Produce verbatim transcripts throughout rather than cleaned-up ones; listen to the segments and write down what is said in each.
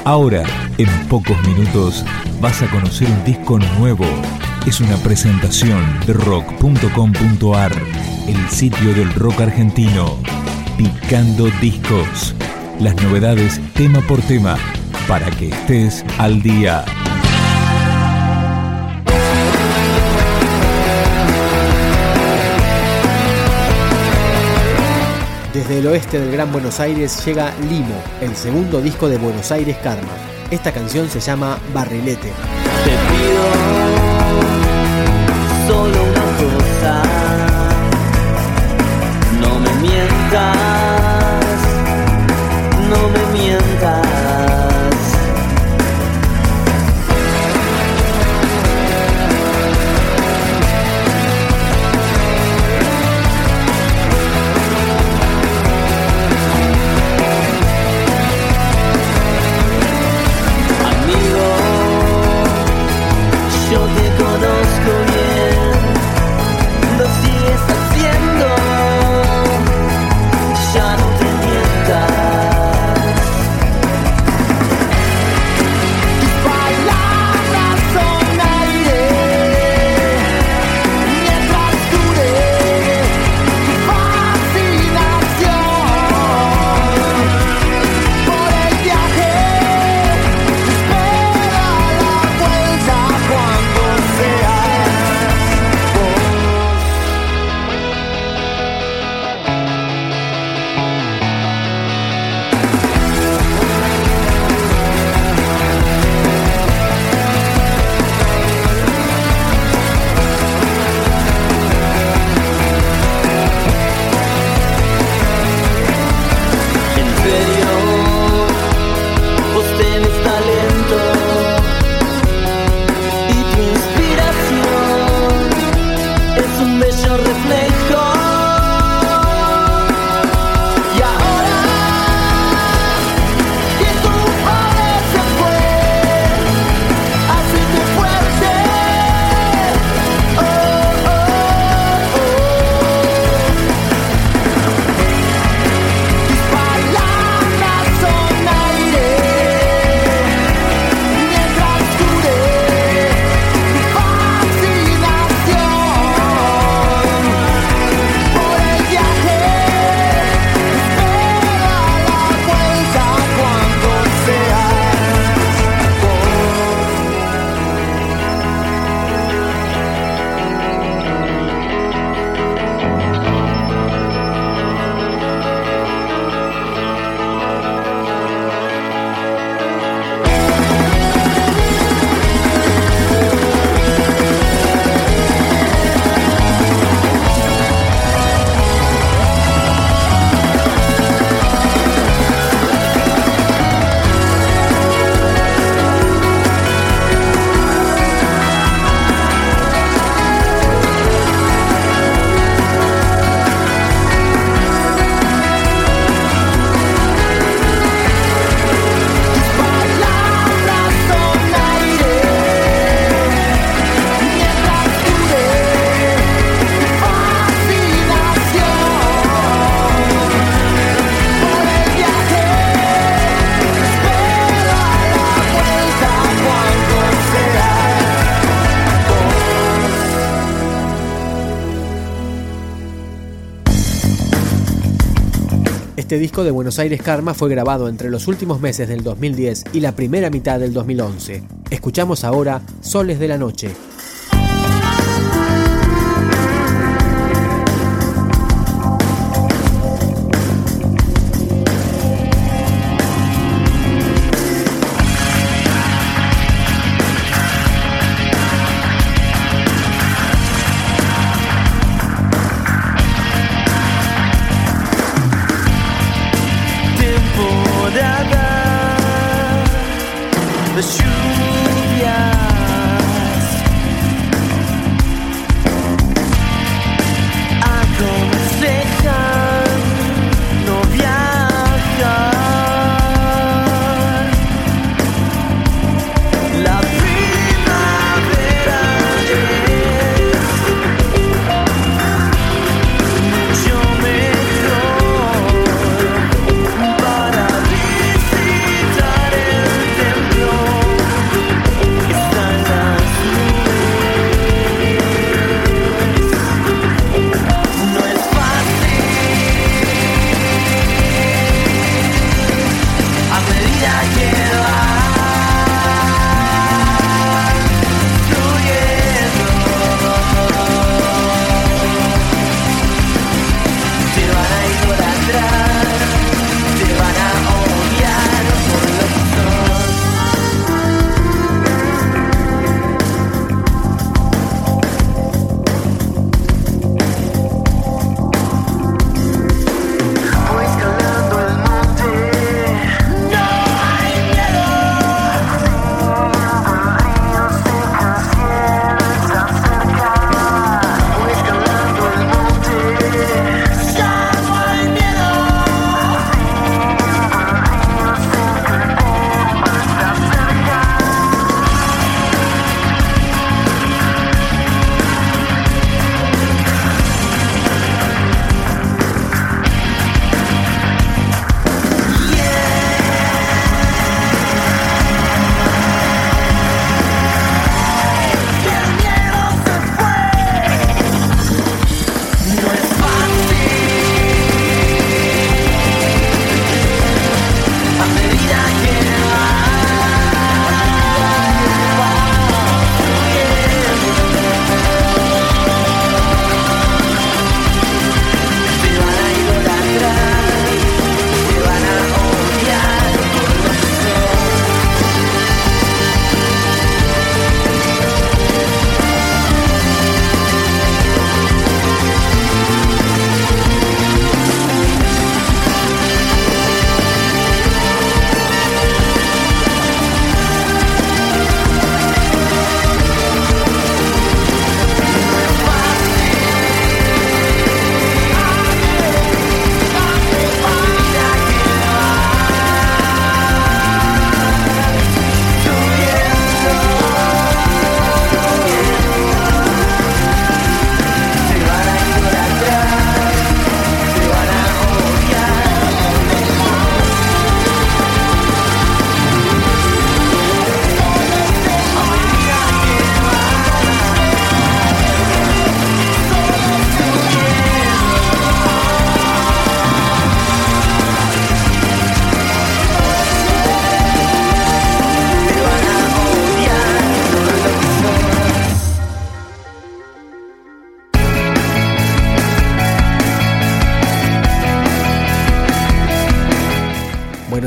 Ahora, en pocos minutos, vas a conocer un disco nuevo. Es una presentación de rock punto com punto a r, el sitio del rock argentino. Picando discos. Las novedades tema por tema, para que estés al día. Desde el oeste del Gran Buenos Aires llega Limo, el segundo disco de Buenos Aires Karma. Esta canción se llama Barrilete. Te pido solo una cosa, no me mientas, no me mientas. Este disco de Buenos Aires Karma fue grabado entre los últimos meses del dos mil diez y la primera mitad del dos mil once. Escuchamos ahora Soles de la Noche. Las lluvias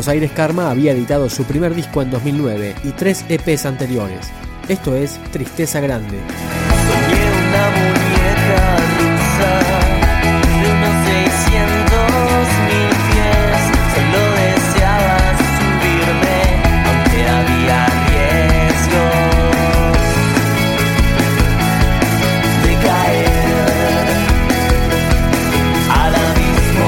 Buenos Aires Karma había editado su primer disco en dos mil nueve y tres E Pes anteriores. Esto es Tristeza Grande. Soñé una muñeca rusa de unos seiscientos mil pies. Solo deseaba subirme, aunque había riesgos de caer al abismo.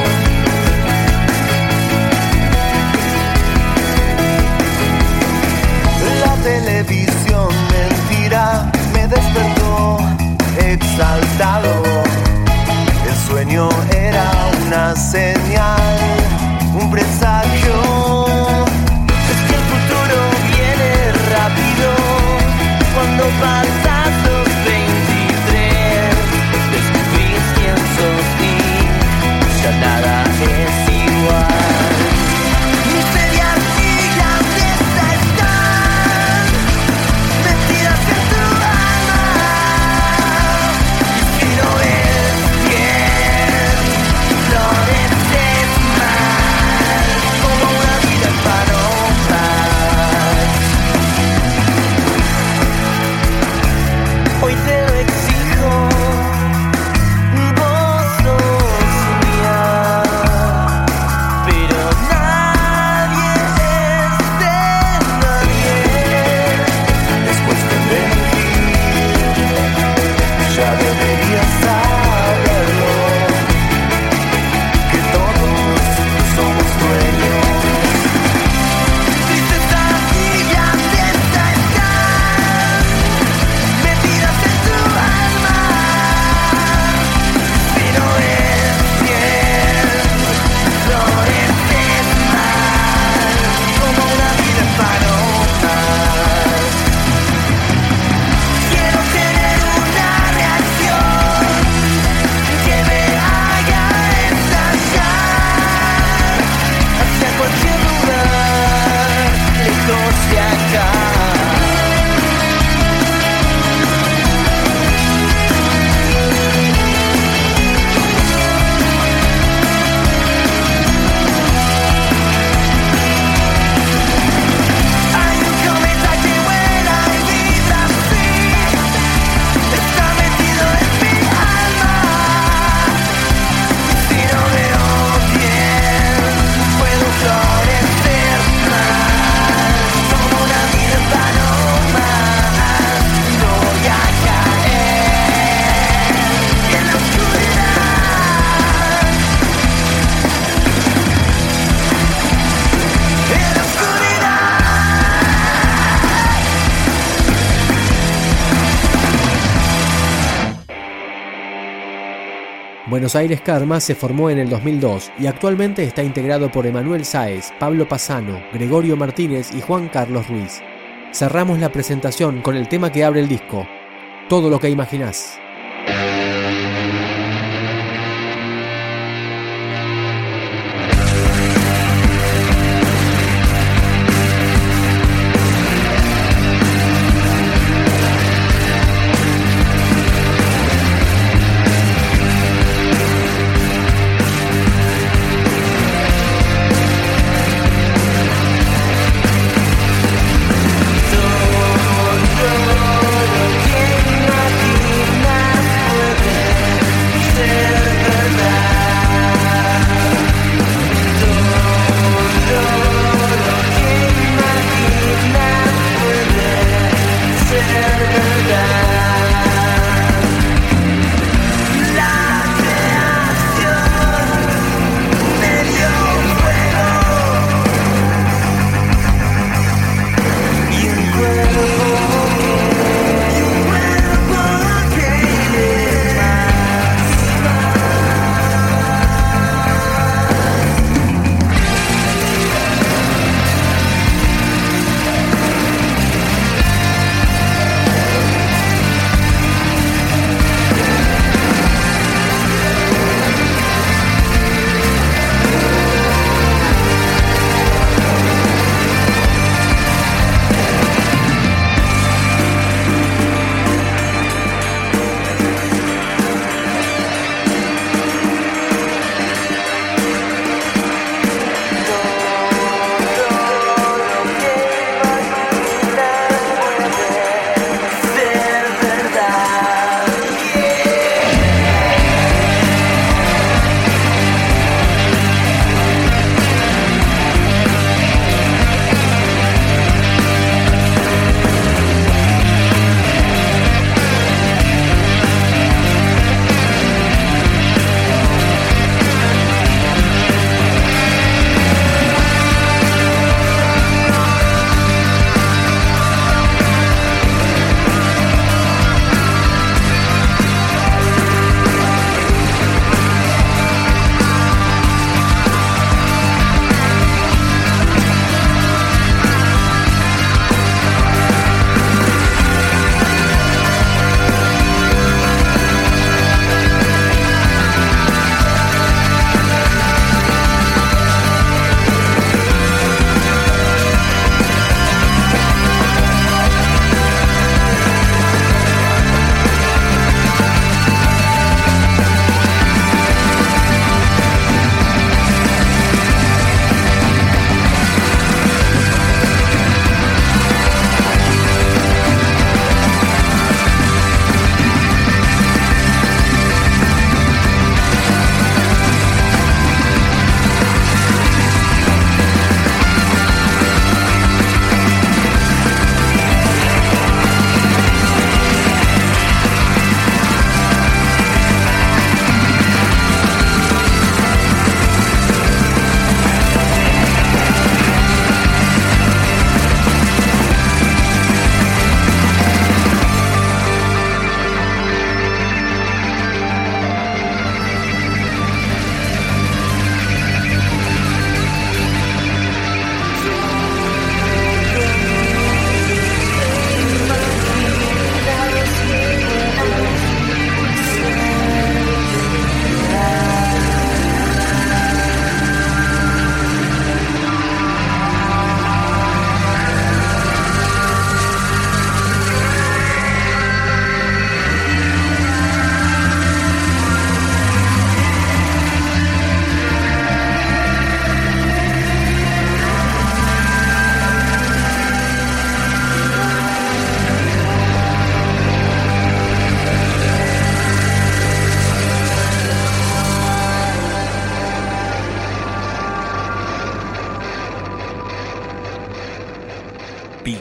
La televisión mentira me despertó exaltado. El sueño era una señal, un presagio. Es que el futuro viene rápido cuando pasas los veintitrés. Descubrís quién sos y ya nada es igual. Miserias y grandeza están metidas en tu alma. Y si no ves bien, floreces mal, como una vida en palomas. Hoy te lo exijo, vos sos mía, pero nadie es de nadie. Después de mentir, ya deberías saberlo, que todos somos dueños. Tristeza y grandeza están metidas en tu alma. Si no ves bien, floreces mal, como una vida en palomas. Quiero tener una reacción que me haga estallar hacia cualquier lugar lejos de acá. Hay un cometa que vuela y vibra así, está metido en mi alma. Si no veo bien, puedo florecer mal, como una vida en palomas. No voy a caer en la oscuridad, en la oscuridad. Buenos Aires Karma se formó en el dos mil dos y actualmente está integrado por Emanuel Sáez, Pablo Pasano, Gregorio Martínez y Juan Carlos Ruiz. Cerramos la presentación con el tema que abre el disco, Todo lo que imaginás. Todo lo que imaginas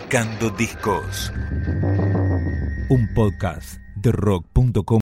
Picando Discos. Un podcast de rock punto com